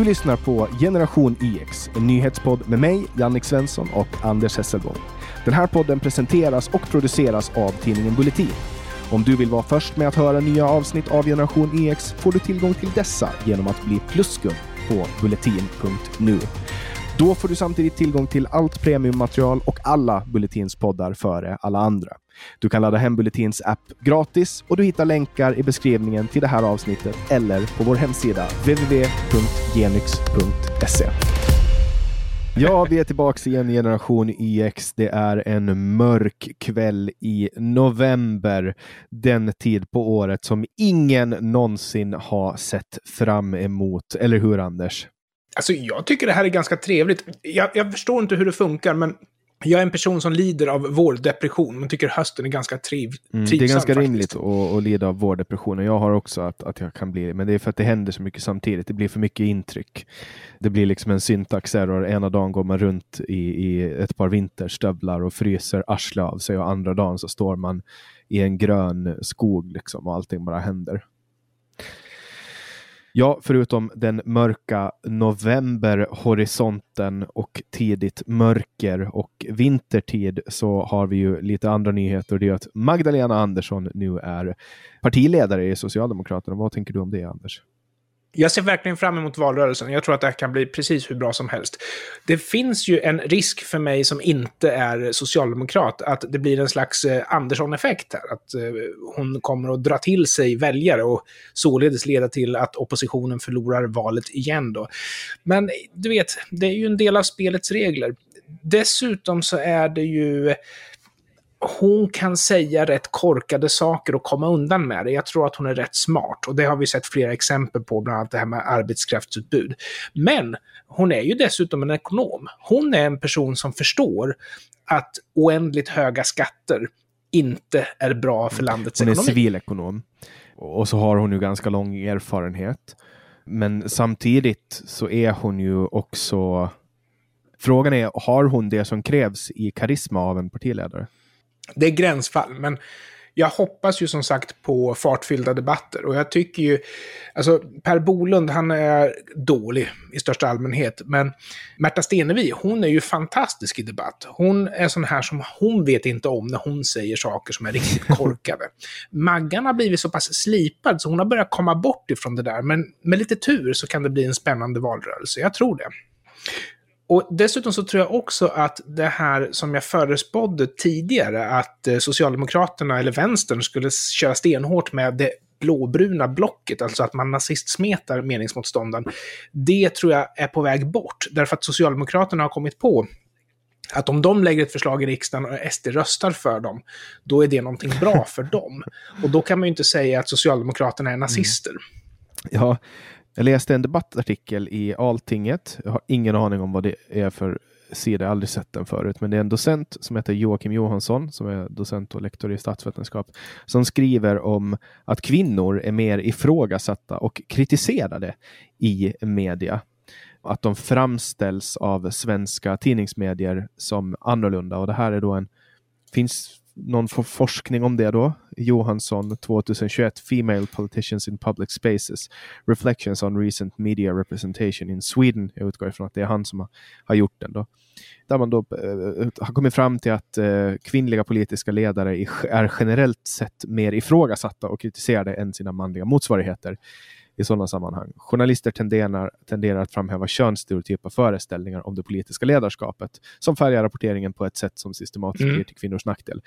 Du lyssnar på Generation IX, en nyhetspodd med mig, Jannik Svensson och Anders Hesselbom. Den här podden presenteras och produceras av tidningen Bulletin. Om du vill vara först med att höra nya avsnitt av Generation IX får du tillgång till dessa genom att bli pluskund på bulletin.nu. Då får du samtidigt tillgång till allt premiummaterial och alla Bulletins poddar före alla andra. Du kan ladda hem Bulletins app gratis och du hittar länkar i beskrivningen till det här avsnittet eller på vår hemsida www.genix.se. Ja, vi är tillbaka i en Generation IX. Det är en mörk kväll i november. Den tid på året som ingen någonsin har sett fram emot. Eller hur, Anders? Alltså, jag tycker det här är ganska trevligt. Jag förstår inte hur det funkar, men jag är en person som lider av vårdepression, men tycker hösten är ganska trivsam. Det är ganska faktiskt rimligt att lida av vårdepression. Jag har också att jag kan bli, men det är för att det händer så mycket samtidigt. Det blir för mycket intryck. Det blir liksom en syntaxerror. Ena dagen går man runt i ett par vinterstövlar och fryser arsle av sig, och andra dagen så står man i en grön skog liksom, och allting bara händer. Ja, förutom den mörka novemberhorisonten och tidigt mörker och vintertid så har vi ju lite andra nyheter. Det är att Magdalena Andersson nu är partiledare i Socialdemokraterna. Vad tänker du om det, Anders? Jag ser verkligen fram emot valrörelsen. Jag tror att det här kan bli precis hur bra som helst. Det finns ju en risk för mig som inte är socialdemokrat att det blir en slags Andersson-effekt här. Att hon kommer att dra till sig väljare och således leda till att oppositionen förlorar valet igen då. Men du vet, det är ju en del av spelets regler. Dessutom så är det ju... Hon kan säga rätt korkade saker och komma undan med det. Jag tror att hon är rätt smart. Och det har vi sett flera exempel på, bland annat det här med arbetskraftsutbud. Men hon är ju dessutom en ekonom. Hon är en person som förstår att oändligt höga skatter inte är bra för landets ekonomi. Hon är civilekonom. Och så har hon ju ganska lång erfarenhet. Men samtidigt så är hon ju också... Frågan är, har hon det som krävs i karisma av en partiledare? Det är gränsfall, men jag hoppas ju som sagt på fartfyllda debatter. Och jag tycker ju, alltså Per Bolund, han är dålig i största allmänhet. Men Märta Stenevi, hon är ju fantastisk i debatt. Hon är sån här som hon vet inte om när hon säger saker som är riktigt korkade. Maggan har blivit så pass slipad så hon har börjat komma bort ifrån det där. Men med lite tur så kan det bli en spännande valrörelse. Jag tror det. Och dessutom så tror jag också att det här som jag förespådde tidigare, att Socialdemokraterna eller vänstern skulle köra stenhårt med det blåbruna blocket, alltså att man nazistsmetar meningsmotståndaren, det tror jag är på väg bort. Därför att Socialdemokraterna har kommit på att om de lägger ett förslag i riksdagen och SD röstar för dem, då är det någonting bra för dem. Och då kan man ju inte säga att Socialdemokraterna är nazister. Ja, jag läste en debattartikel i Altinget. Jag har ingen aning om vad det är för sida, jag har aldrig sett den förut. Men det är en docent som heter Joakim Johansson, som är docent och lektor i statsvetenskap, som skriver om att kvinnor är mer ifrågasatta och kritiserade i media. Att de framställs av svenska tidningsmedier som annorlunda. Och det här är då finns någon forskning om det då. Johansson 2021, Female Politicians in Public Spaces, Reflections on Recent Media Representation in Sweden. Jag utgår ifrån att det är han som har gjort den då. Där man då har kommit fram till att kvinnliga politiska ledare är generellt sett mer ifrågasatta och kritiserade än sina manliga motsvarigheter i sådana sammanhang. Journalister tenderar att framhäva könsstereotypa föreställningar om det politiska ledarskapet som färgar rapporteringen på ett sätt som systematiskt blir till kvinnors nackdel.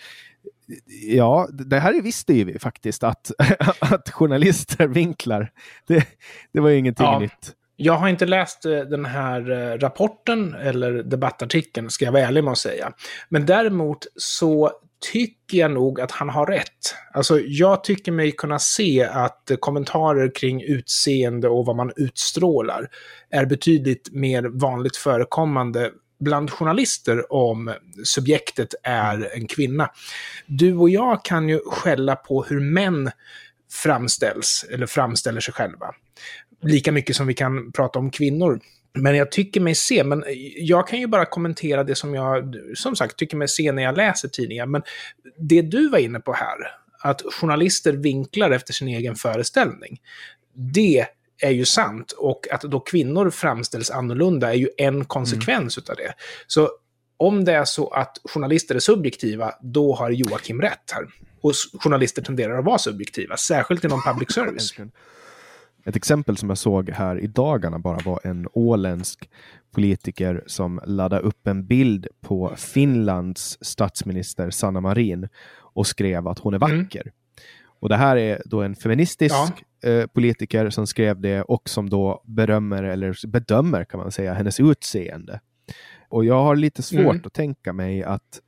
Ja, det här visste ju vi faktiskt att journalister vinklar. Det var ju ingenting nytt. Jag har inte läst den här rapporten eller debattartikeln, ska jag vara ärlig med att säga. Men däremot så tycker jag nog att han har rätt. Alltså jag tycker mig kunna se att kommentarer kring utseende och vad man utstrålar är betydligt mer vanligt förekommande bland journalister om subjektet är en kvinna. Du och jag kan ju skälla på hur män framställs eller framställer sig själva. Lika mycket som vi kan prata om kvinnor. Men jag tycker mig se, men jag kan ju bara kommentera det som jag, som sagt, tycker mig se när jag läser tidningar. Men det du var inne på här, att journalister vinklar efter sin egen föreställning, det är ju sant. Och att då kvinnor framställs annorlunda är ju en konsekvens utav det. Så om det är så att journalister är subjektiva, då har Joakim rätt här. Och journalister tenderar att vara subjektiva, särskilt inom public service. Ett exempel som jag såg här i dagarna bara var en åländsk politiker som laddade upp en bild på Finlands statsminister Sanna Marin och skrev att hon är vacker. Och det här är då en feministisk politiker som skrev det och som då berömmer eller bedömer kan man säga hennes utseende. Och jag har lite svårt att tänka mig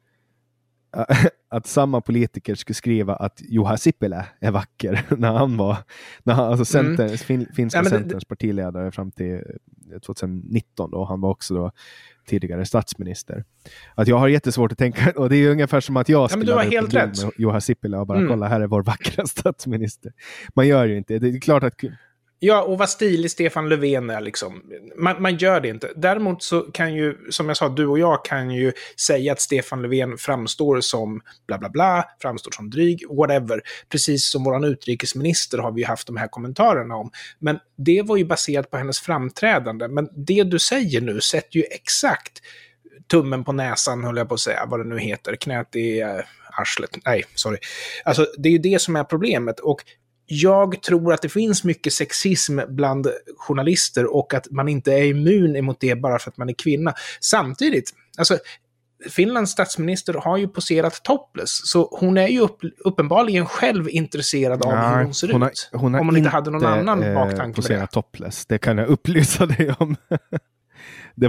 att samma politiker skulle skriva att Juha Sipilä är vacker när han alltså finska Centerns partiledare fram till 2019 då. Han var också då tidigare statsminister. Att jag har jättesvårt att tänka, och det är ju ungefär som att jag skulle ha helt rätt med Juha Sipilä och bara kolla, här är vår vackra statsminister. Man gör ju inte, det är klart att ja, och vad stilig Stefan Löfven är liksom. Man gör det inte. Däremot så kan ju, som jag sa, du och jag kan ju säga att Stefan Löfven framstår som bla bla bla, framstår som dryg, whatever. Precis som våran utrikesminister har vi haft de här kommentarerna om. Men det var ju baserat på hennes framträdande. Men det du säger nu sätter ju exakt tummen på näsan, höll jag på att säga, vad det nu heter. Knät i arslet. Nej, sorry. Alltså, det är ju det som är problemet. Och jag tror att det finns mycket sexism bland journalister och att man inte är immun emot det bara för att man är kvinna. Samtidigt, alltså Finlands statsminister har ju poserat topless, så hon är ju uppenbarligen själv intresserad av hur hon ser ut. Om hon inte hade någon annan baktanke med det. Topless, det kan jag upplysa dig om. Det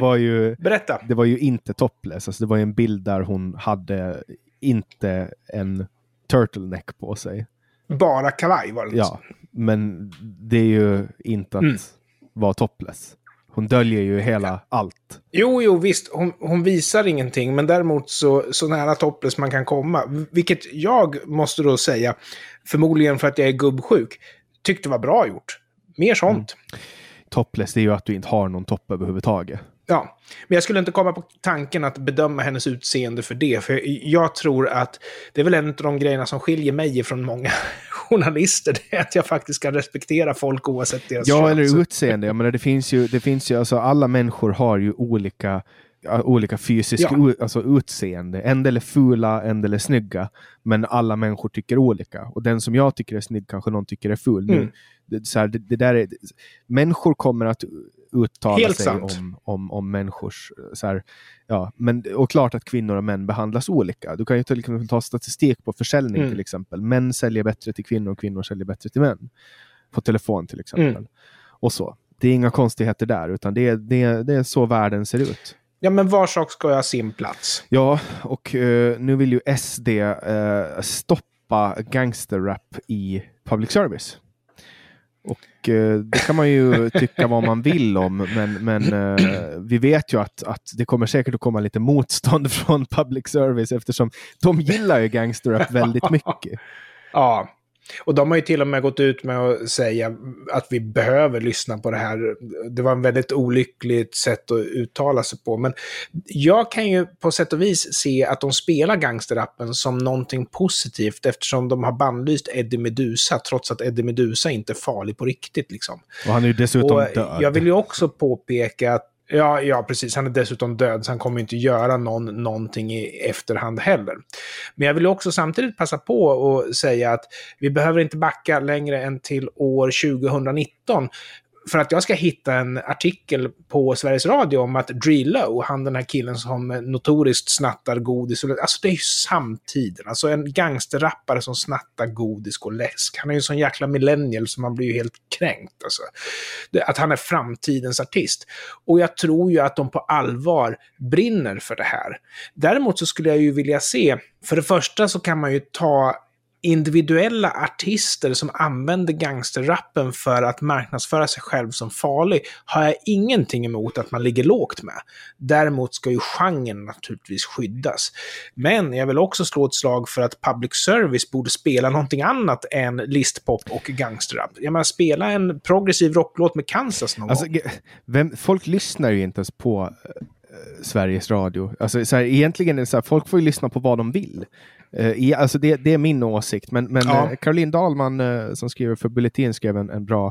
var ju inte topless, alltså det var ju en bild där hon hade inte en turtleneck på sig. Bara kavaj var det. Ja, men det är ju inte att vara topless. Hon döljer ju hela allt. Jo, visst. Hon visar ingenting, men däremot så nära topless man kan komma. Vilket jag måste då säga, förmodligen för att jag är gubbsjuk, tyckte var bra gjort. Mer sånt. Topless är ju att du inte har någon topp överhuvudtaget. Ja, men jag skulle inte komma på tanken att bedöma hennes utseende för det. För jag tror att det är väl en av de grejerna som skiljer mig från många journalister. Det är att jag faktiskt kan respektera folk oavsett deras kön. Ja, eller utseende. Jag menar, det finns ju alltså, alla människor har ju olika fysiska utseende. En del är fula, en del är snygga. Men alla människor tycker olika. Och den som jag tycker är snygg kanske någon tycker är ful. Nu, det där är, människor kommer att uttala helt sig om människors så här, men, och klart att kvinnor och män behandlas olika. Du kan ju ta statistik på försäljning till exempel. Män säljer bättre till kvinnor och kvinnor säljer bättre till män. På telefon till exempel. Och så. Det är inga konstigheter där, utan det är så världen ser ut. Ja, men var sak ska jag ha sin plats. Ja, och nu vill ju SD stoppa gangsterrap i public service. Och det kan man ju tycka vad man vill om, men vi vet ju att det kommer säkert att komma lite motstånd från public service eftersom de gillar ju gangsterrap väldigt mycket. Ja, och de har ju till och med gått ut med att säga att vi behöver lyssna på det här. Det var en väldigt olyckligt sätt att uttala sig på. Men jag kan ju på sätt och vis se att de spelar gangsterrappen som någonting positivt eftersom de har bannlyst Eddie Meduza trots att Eddie Meduza inte är farlig på riktigt. Liksom. Och han är ju dessutom död. Jag vill ju också påpeka att Ja, precis. Han är dessutom död så han kommer inte göra någonting i efterhand heller. Men jag vill också samtidigt passa på att säga att vi behöver inte backa längre än till år 2019 för att jag ska hitta en artikel på Sveriges Radio om att Drilo, han den här killen som notoriskt snattar godis. Alltså det är ju samtiden. Alltså en gangsterrappare som snattar godis och läsk. Han är ju en sån jäkla millennial som man blir ju helt kränkt. Alltså. Att han är framtidens artist. Och jag tror ju att de på allvar brinner för det här. Däremot så skulle jag ju vilja se, för det första så kan man ju ta individuella artister som använder gangsterrappen för att marknadsföra sig själv som farlig har jag ingenting emot att man ligger lågt med. Däremot ska ju genren naturligtvis skyddas. Men jag vill också slå ett slag för att public service borde spela någonting annat än listpop och gangsterrap. Jag menar, spela en progressiv rocklåt med Kansas någon gång. Folk lyssnar ju inte ens på Sveriges Radio. Alltså, så här, egentligen är det så här, folk får ju lyssna på vad de vill. Alltså det är min åsikt. Men Caroline Dahlman som skriver för Bulletin skrev en bra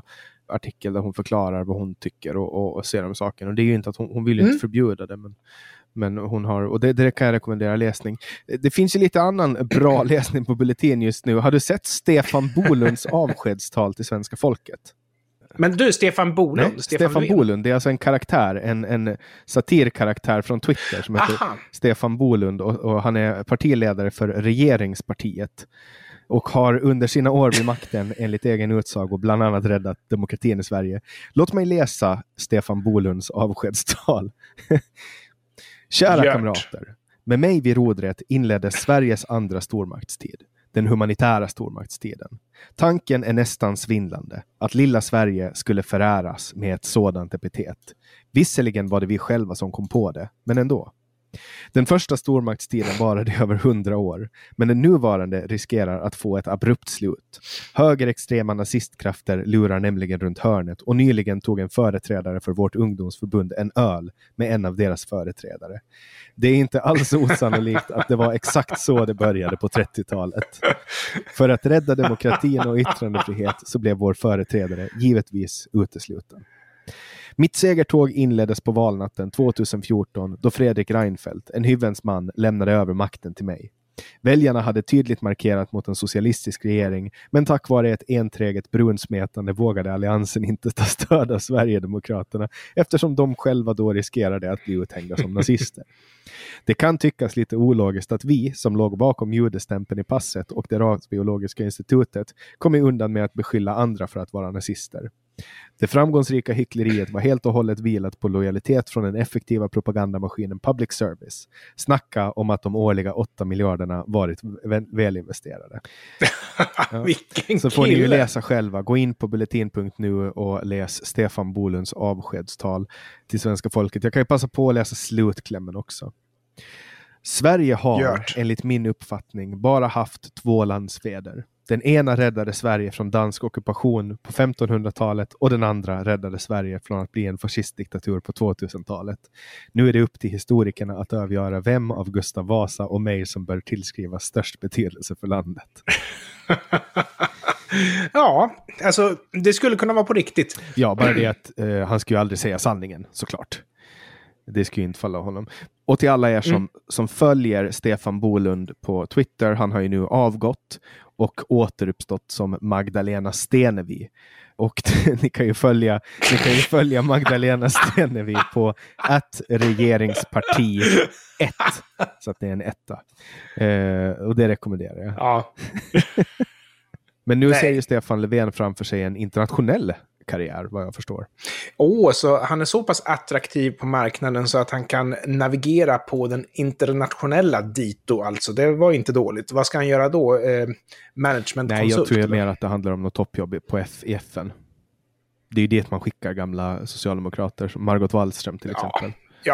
artikel där hon förklarar vad hon tycker och ser om saken. Och det är ju inte att hon vill inte förbjuda det, men hon har, och det kan jag rekommendera läsning. Det finns ju lite annan bra läsning på Bulletin just nu. Har du sett Stefan Bolunds avskedstal till svenska folket? Men du, Stefan Bolund? Nej, Stefan Bolund, det är alltså en karaktär, en satirkaraktär från Twitter som heter Stefan Bolund, och han är partiledare för regeringspartiet och har under sina år vid makten enligt egen utsago bland annat räddat demokratin i Sverige. Låt mig läsa Stefan Bolunds avskedstal. Kära kamrater, med mig vid rodret inleddes Sveriges andra stormaktstid. Den humanitära stormaktstiden. Tanken är nästan svindlande att lilla Sverige skulle föräras med ett sådant epitet. Visserligen var det vi själva som kom på det, men ändå. Den första stormaktstiden varade över 100 år, men den nuvarande riskerar att få ett abrupt slut. Högerextrema nazistkrafter lurar nämligen runt hörnet, och nyligen tog en företrädare för vårt ungdomsförbund en öl med en av deras företrädare. Det är inte alls osannolikt att det var exakt så det började på 30-talet. För att rädda demokratin och yttrandefrihet så blev vår företrädare givetvis utesluten. Mitt segertåg inleddes på valnatten 2014 då Fredrik Reinfeldt, en hyvens man, lämnade över makten till mig. Väljarna hade tydligt markerat mot en socialistisk regering, men tack vare ett enträget brunsmetande vågade alliansen inte ta stöd av Sverigedemokraterna eftersom de själva då riskerade att bli uthängda som nazister. Det kan tyckas lite ologiskt att vi, som låg bakom judestämpeln i passet och det rasbiologiska institutet, kom undan med att beskylla andra för att vara nazister. Det framgångsrika hyckleriet var helt och hållet vilat på lojalitet från den effektiva propagandamaskinen public service. Snacka om att de årliga 8 miljarderna varit välinvesterade. Ja. Så får ni ju läsa själva. Gå in på bulletin.nu och läs Stefan Bolunds avskedstal till svenska folket. Jag kan ju passa på att läsa slutklämmen också. Sverige har, enligt min uppfattning, bara haft 2 landsfäder. Den ena räddade Sverige från dansk ockupation på 1500-talet och den andra räddade Sverige från att bli en fascistdiktatur på 2000-talet. Nu är det upp till historikerna att avgöra vem av Gustav Vasa och mig som bör tillskrivas störst betydelse för landet. Ja, alltså det skulle kunna vara på riktigt. Ja, bara det att han skulle ju aldrig säga sanningen, såklart. Det skulle inte falla honom. Och till alla er som följer Stefan Bolund på Twitter, han har ju nu avgått och återuppstått som Magdalena Stenevi. Och ni kan ju följa Magdalena Stenevi på @regeringsparti1, så att det är en etta. Och det rekommenderar jag. Ja. Men nu ser ju Stefan Löfven framför sig en internationell karriär, vad jag förstår. Så han är så pass attraktiv på marknaden så att han kan navigera på den internationella dito, alltså. Det var inte dåligt. Vad ska han göra då? Managementkonsult? Nej, jag tror mer att det handlar om något toppjobb i FN. Det är ju det man skickar gamla socialdemokrater, som Margot Wallström till exempel.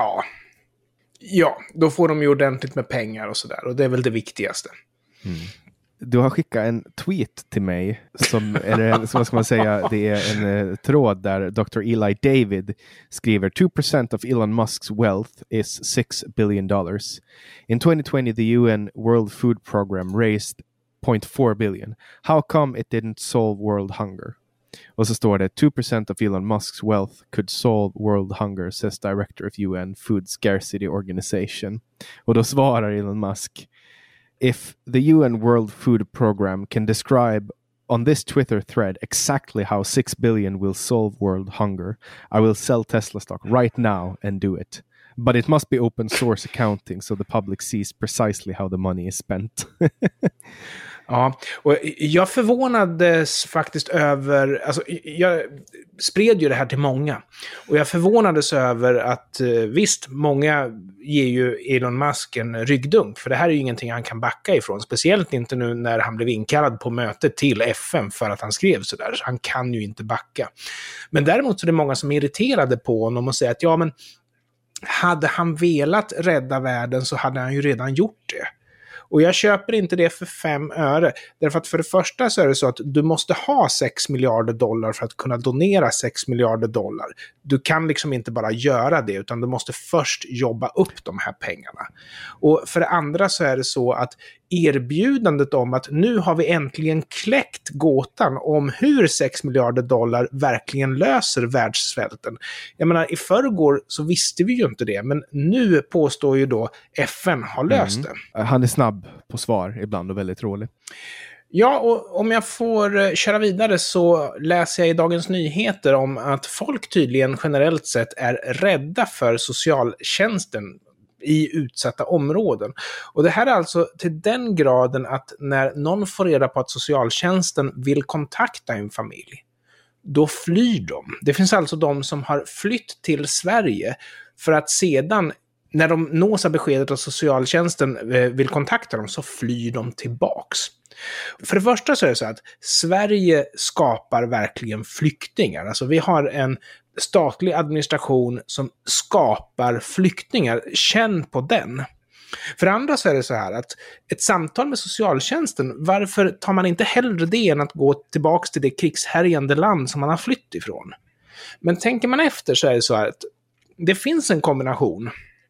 Ja, då får de ju ordentligt med pengar och sådär. Och det är väl det viktigaste. Mm. Du har skickat en tweet till mig som vad ska man säga, det är en tråd där Dr. Eli David skriver 2% of Elon Musk's wealth is $6 billion. In 2020 the UN World Food Program raised 0.4 billion. How come it didn't solve world hunger? Och så står det 2% of Elon Musk's wealth could solve world hunger, says director of UN Food Scarcity Organization. Och då svarar Elon Musk: If the UN World Food Program can describe on this Twitter thread exactly how 6 billion will solve world hunger, I will sell Tesla stock right now and do it. But it must be open source accounting so the public sees precisely how the money is spent. Ja, och jag förvånades faktiskt över, alltså jag spred ju det här till många, och jag förvånades över att visst, många ger ju Elon Musk en ryggdunk, för det här är ju ingenting han kan backa ifrån, speciellt inte nu när han blev inkallad på mötet till FN för att han skrev sådär, så han kan ju inte backa. Men däremot så är det många som är irriterade på honom och säger att ja, men hade han velat rädda världen så hade han ju redan gjort det. Och jag köper inte det för 5 öre. Därför att för det första så är det så att du måste ha 6 miljarder dollar för att kunna donera 6 miljarder dollar. Du kan liksom inte bara göra det, utan du måste först jobba upp de här pengarna. Och för det andra så är det så att erbjudandet om att nu har vi äntligen kläckt gåtan om hur 6 miljarder dollar verkligen löser världssvälten. Jag menar, i förrgår så visste vi ju inte det, men nu påstår ju då FN har löst det. Han är snabb på svar ibland och väldigt rolig. Ja, och om jag får köra vidare så läser jag i Dagens Nyheter om att folk tydligen generellt sett är rädda för socialtjänsten i utsatta områden. Och det här är alltså till den graden att när någon får reda på att socialtjänsten vill kontakta en familj, då flyr de. Det finns alltså de som har flytt till Sverige för att sedan, när de nås av beskedet att socialtjänsten vill kontakta dem, så flyr de tillbaks. För det första så är det så att Sverige skapar verkligen flyktingar. Alltså vi har en statlig administration som skapar flyktingar. Känn på den. För det andra så är det så här att ett samtal med socialtjänsten, varför tar man inte hellre det än att gå tillbaka till det krigshärjande land som man har flytt ifrån? Men tänker man efter så är det så här att det finns en kombination.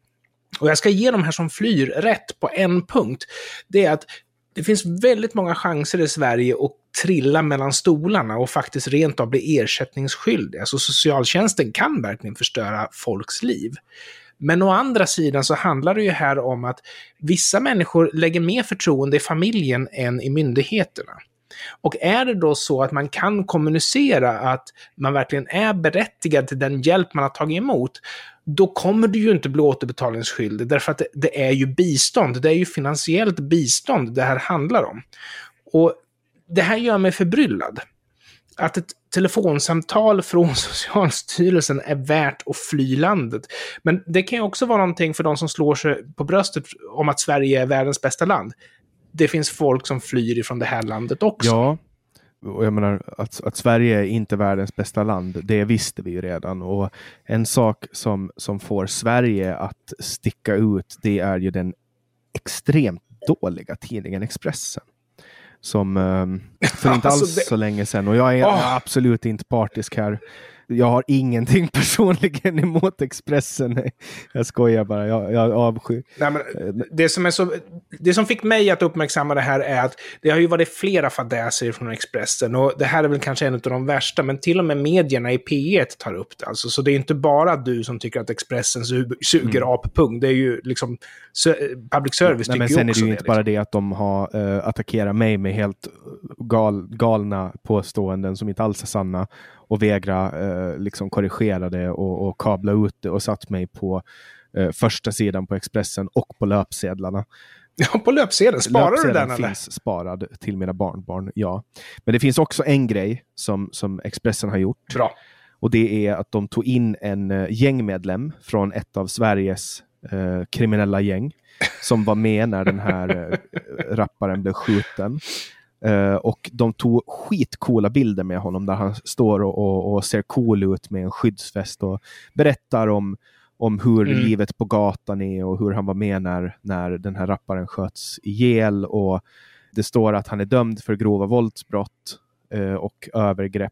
Och jag ska ge de här som flyr rätt på en punkt. Det är att det finns väldigt många chanser i Sverige att trilla mellan stolarna och faktiskt rent av bli ersättningsskyldig. Alltså socialtjänsten kan verkligen förstöra folks liv. Men å andra sidan så handlar det ju här om att vissa människor lägger mer förtroende i familjen än i myndigheterna. Och är det då så att man kan kommunicera att man verkligen är berättigad till den hjälp man har tagit emot, då kommer du ju inte bli återbetalningsskyldig, därför att det är ju bistånd, det är ju finansiellt bistånd det här handlar om. Och det här gör mig förbryllad. Att ett telefonsamtal från Socialstyrelsen är värt att fly landet. Men det kan ju också vara någonting för de som slår sig på bröstet om att Sverige är världens bästa land. Det finns folk som flyr ifrån det här landet också. Ja, och jag menar att Sverige är inte världens bästa land, det visste vi ju redan. Och en sak som får Sverige att sticka ut, det är ju den extremt dåliga tidningen Expressen. Som för inte alls så länge sedan. Och jag är absolut inte partisk här. Jag har ingenting personligen emot Expressen. Nej, jag skojar bara. Jag avskyr. Nej, men det som fick mig att uppmärksamma det här är att det har ju varit flera fadäser från Expressen. Och det här är väl kanske en av de värsta. Men till och med medierna i P1 tar upp det. Alltså, så det är inte bara du som tycker att Expressen suger apung. Det är ju liksom public service tycker men sen också är det ju inte bara det att de har attackerat mig med helt galna påståenden som inte alls är sanna. Och vägra liksom korrigera det och kabla ut det och satt mig på första sidan på Expressen och på löpsedlarna. Ja, på löpsedeln. Sparar du den eller? Finns sparad till mina barnbarn, ja. Men det finns också en grej som Expressen har gjort. Bra. Och det är att de tog in en gängmedlem från ett av Sveriges kriminella gäng som var med när den här rapparen blev skjuten. Och de tog skitcoola bilder med honom där han står och ser cool ut med en skyddsväst och berättar om hur livet på gatan är och hur han var med när den här rapparen sköts ihjäl. Och det står att han är dömd för grova våldsbrott och övergrepp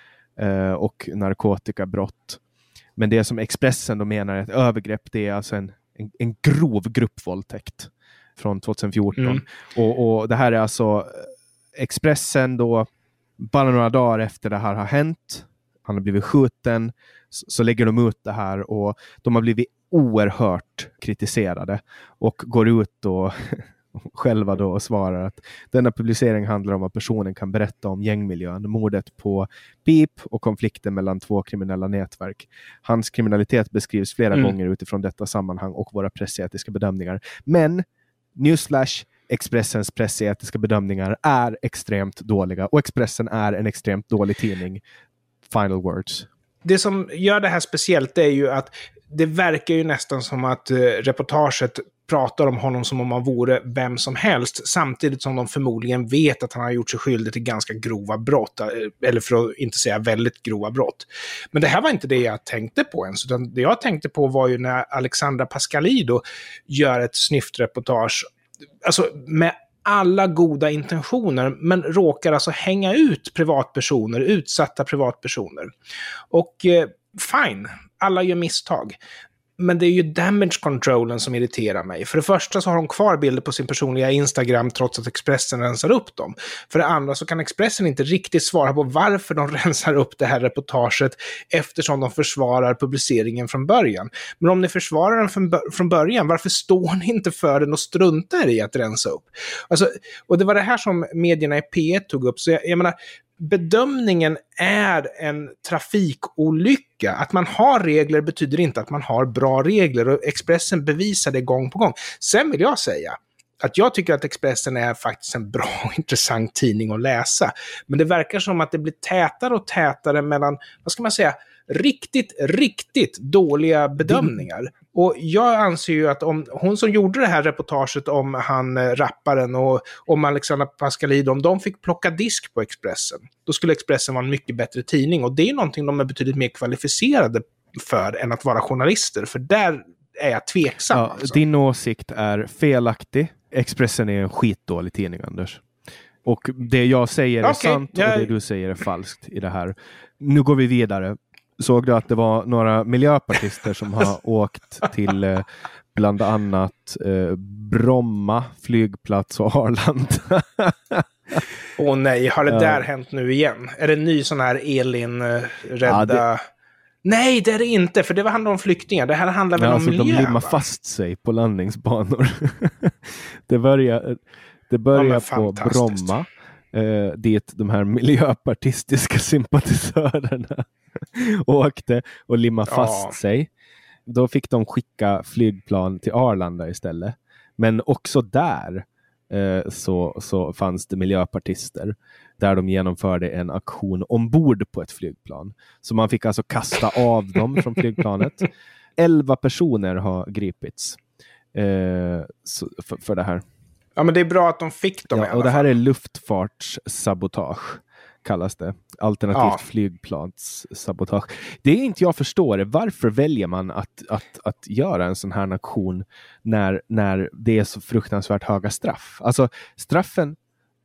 och narkotikabrott. Men det som Expressen då menar är ett övergrepp, det är alltså en grov gruppvåldtäkt från 2014. Och det här är alltså Expressen då, bara några dagar efter det här har hänt, han har blivit skjuten, så lägger de ut det här och de har blivit oerhört kritiserade och går ut och själva då och svarar att denna publicering handlar om att personen kan berätta om gängmiljön, mordet på Pip och konflikten mellan två kriminella nätverk. Hans kriminalitet beskrivs flera gånger utifrån detta sammanhang och våra pressetiska bedömningar. Men, newsflash, Expressens pressetiska bedömningar är extremt dåliga och Expressen är en extremt dålig tidning. Final words. Det som gör det här speciellt är ju att det verkar ju nästan som att reportaget pratar om honom som om han vore vem som helst, samtidigt som de förmodligen vet att han har gjort sig skyldig till ganska grova brott, eller för att inte säga väldigt grova brott. Men det här var inte det jag tänkte på ens, utan det jag tänkte på var ju när Alexandra Pascalidou gör ett snyftreportage alltså med alla goda intentioner, men råkar alltså hänga ut privatpersoner, utsatta privatpersoner. Och fine, alla gör misstag. Men det är ju damage controlen som irriterar mig. För det första så har de kvar bilder på sin personliga Instagram trots att Expressen rensar upp dem. För det andra så kan Expressen inte riktigt svara på varför de rensar upp det här reportaget eftersom de försvarar publiceringen från början. Men om ni försvarar den från början, varför står ni inte för den och struntar i att rensa upp? Alltså, och det var det här som medierna i P1 tog upp. Så jag menar, bedömningen är en trafikolycka. Att man har regler betyder inte att man har bra regler, och Expressen bevisar det gång på gång. Sen vill jag säga att jag tycker att Expressen är faktiskt en bra och intressant tidning att läsa. Men det verkar som att det blir tätare och tätare mellan, vad ska man säga, riktigt dåliga bedömningar. Och jag anser ju att om hon som gjorde det här reportaget om han rapparen och om Alexandra Pascalidou, om de fick plocka disk på Expressen, då skulle Expressen vara en mycket bättre tidning. Och det är någonting de är betydligt mer kvalificerade för än att vara journalister. För där är jag tveksam. Ja, alltså. Din åsikt är felaktig. Expressen är en skitdålig tidning, Anders. Och det jag säger är sant och det du säger är falskt i det här. Nu går vi vidare. Såg du att det var några miljöpartister som har åkt till bland annat Bromma flygplats och Arlanda? Åh nej, har det där hänt nu igen? Är det en ny sån här Elin-rädda... Nej, det är det inte, för det handlar om flyktingar. Det här handlar väl om miljö, de limmar fast sig på landningsbanor. Det börjar på Bromma. Dit de här miljöpartistiska sympatisörerna åkte och limma fast sig. Då fick de skicka flygplan till Arlanda istället. Men också där så fanns det miljöpartister där de genomförde en aktion ombord på ett flygplan. Så man fick alltså kasta av dem från flygplanet. 11 personer har gripits för det här. Ja, men det är bra att de fick dem i alla fall. Och det här är luftfartssabotage, kallas det. Alternativt flygplanssabotage. Det är inte jag förstår. Varför väljer man att göra en sån här aktion när det är så fruktansvärt höga straff? Alltså straffen...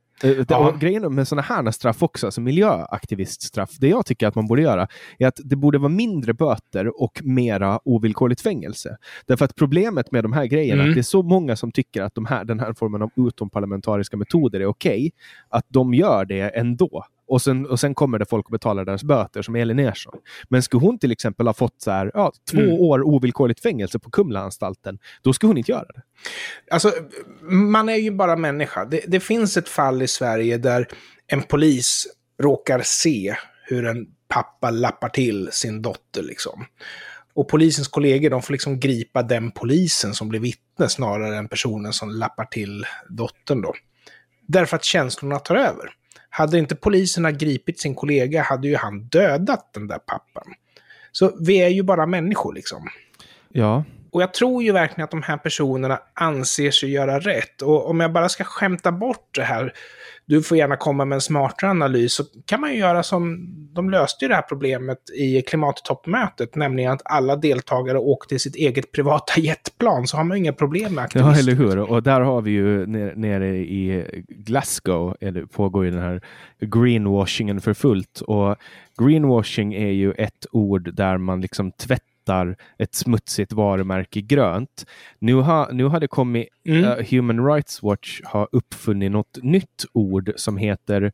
Och grejen med sådana här straff också, alltså miljöaktiviststraff, det jag tycker att man borde göra är att det borde vara mindre böter och mera ovillkorligt fängelse. Därför att problemet med de här grejerna är att det är så många som tycker att den här formen av utomparlamentariska metoder är okej, att de gör det ändå. Och sen kommer det folk att betala deras böter, som Elin Ersson. Men skulle hon till exempel ha fått 2 år ovillkorligt fängelse på Kumlaanstalten, då skulle hon inte göra det. Alltså, man är ju bara människa. Det finns ett fall i Sverige där en polis råkar se hur en pappa lappar till sin dotter liksom. Och polisens kollegor, de får liksom gripa den polisen som blir vittne snarare än personen som lappar till dottern då. Därför att känslorna tar över. Hade inte poliserna gripit sin kollega hade ju han dödat den där pappan. Så vi är ju bara människor liksom. Ja. Och jag tror ju verkligen att de här personerna anser sig göra rätt. Och om jag bara ska skämta bort det här, du får gärna komma med en smartare analys, så kan man ju göra som de löste ju det här problemet i klimattoppmötet, nämligen att alla deltagare åkte i sitt eget privata jetplan, så har man inga problem med aktivister. Ja, eller hur? Och där har vi ju nere i Glasgow pågår ju den här greenwashingen för fullt. Och greenwashing är ju ett ord där man liksom tvättar ett smutsigt varumärke grönt. Nu har det kommit Human Rights Watch har uppfunnit något nytt ord som heter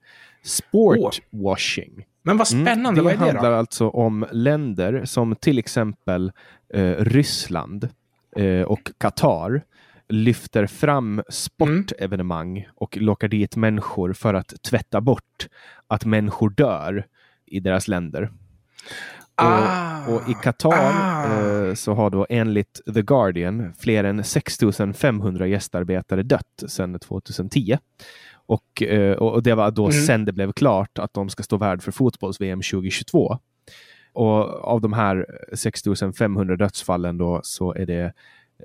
sportwashing. Men vad spännande, vad är det då? Det handlar alltså om länder som till exempel Ryssland och Qatar lyfter fram sportevenemang och lockar dit människor för att tvätta bort att människor dör i deras länder. Och i Qatar så har då enligt The Guardian fler än 6500 gästarbetare dött sedan 2010. Och det var då sen det blev klart att de ska stå värd för fotbolls-VM 2022. Och av de här 6500 dödsfallen då så är det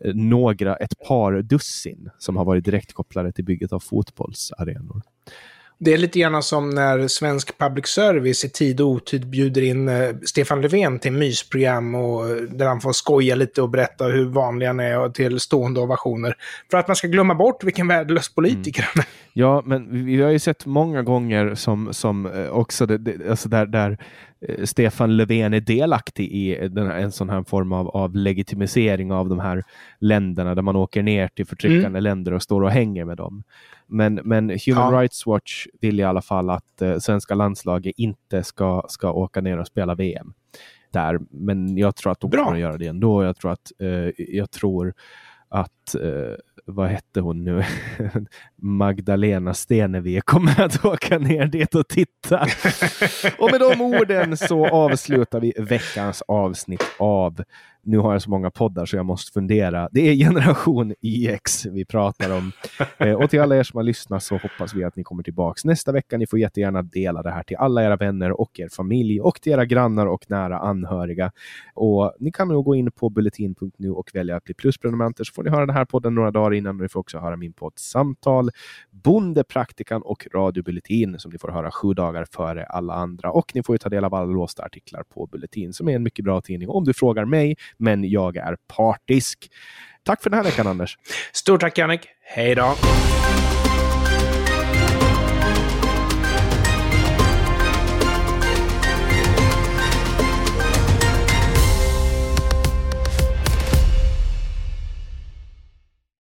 ett par dussin som har varit direkt kopplade till bygget av fotbollsarenor. Det är lite grann som när svensk public service i tid och otid bjuder in Stefan Löfven till mysprogram och där han får skoja lite och berätta hur vanlig han är och till stående ovationer. För att man ska glömma bort vilken värdelös politiker han är. Ja, men vi har ju sett många gånger som också alltså där Stefan Löfven är delaktig i en sån här form av legitimisering av de här länderna där man åker ner till förtryckande länder och står och hänger med dem. Men Human Rights Watch vill i alla fall att svenska landslaget inte ska åka ner och spela VM där. Men jag tror att de kommer att göra det ändå. Jag tror att vad hette hon nu? Magdalena Stenevi kommer att åka ner dit och titta. Och med de orden så avslutar vi veckans avsnitt av Nu har jag så många poddar så jag måste fundera. Det är Generation IX vi pratar om. Och till alla er som har lyssnat så hoppas vi att ni kommer tillbaka nästa vecka. Ni får jättegärna dela det här till alla era vänner och er familj och till era grannar och nära anhöriga. Och ni kan nog gå in på bulletin.nu och välja att bli plusprenumeranter så får ni höra den här podden några dagar innan och ni får också höra min podd Samtal, Bondepraktikan och Radio Bulletin som ni får höra 7 dagar före alla andra. Och ni får ju ta del av alla låsta artiklar på Bulletin som är en mycket bra tidning om du frågar mig, men jag är partisk. Tack för den här veckan, Anders. Stort tack, Jannik. Hej då.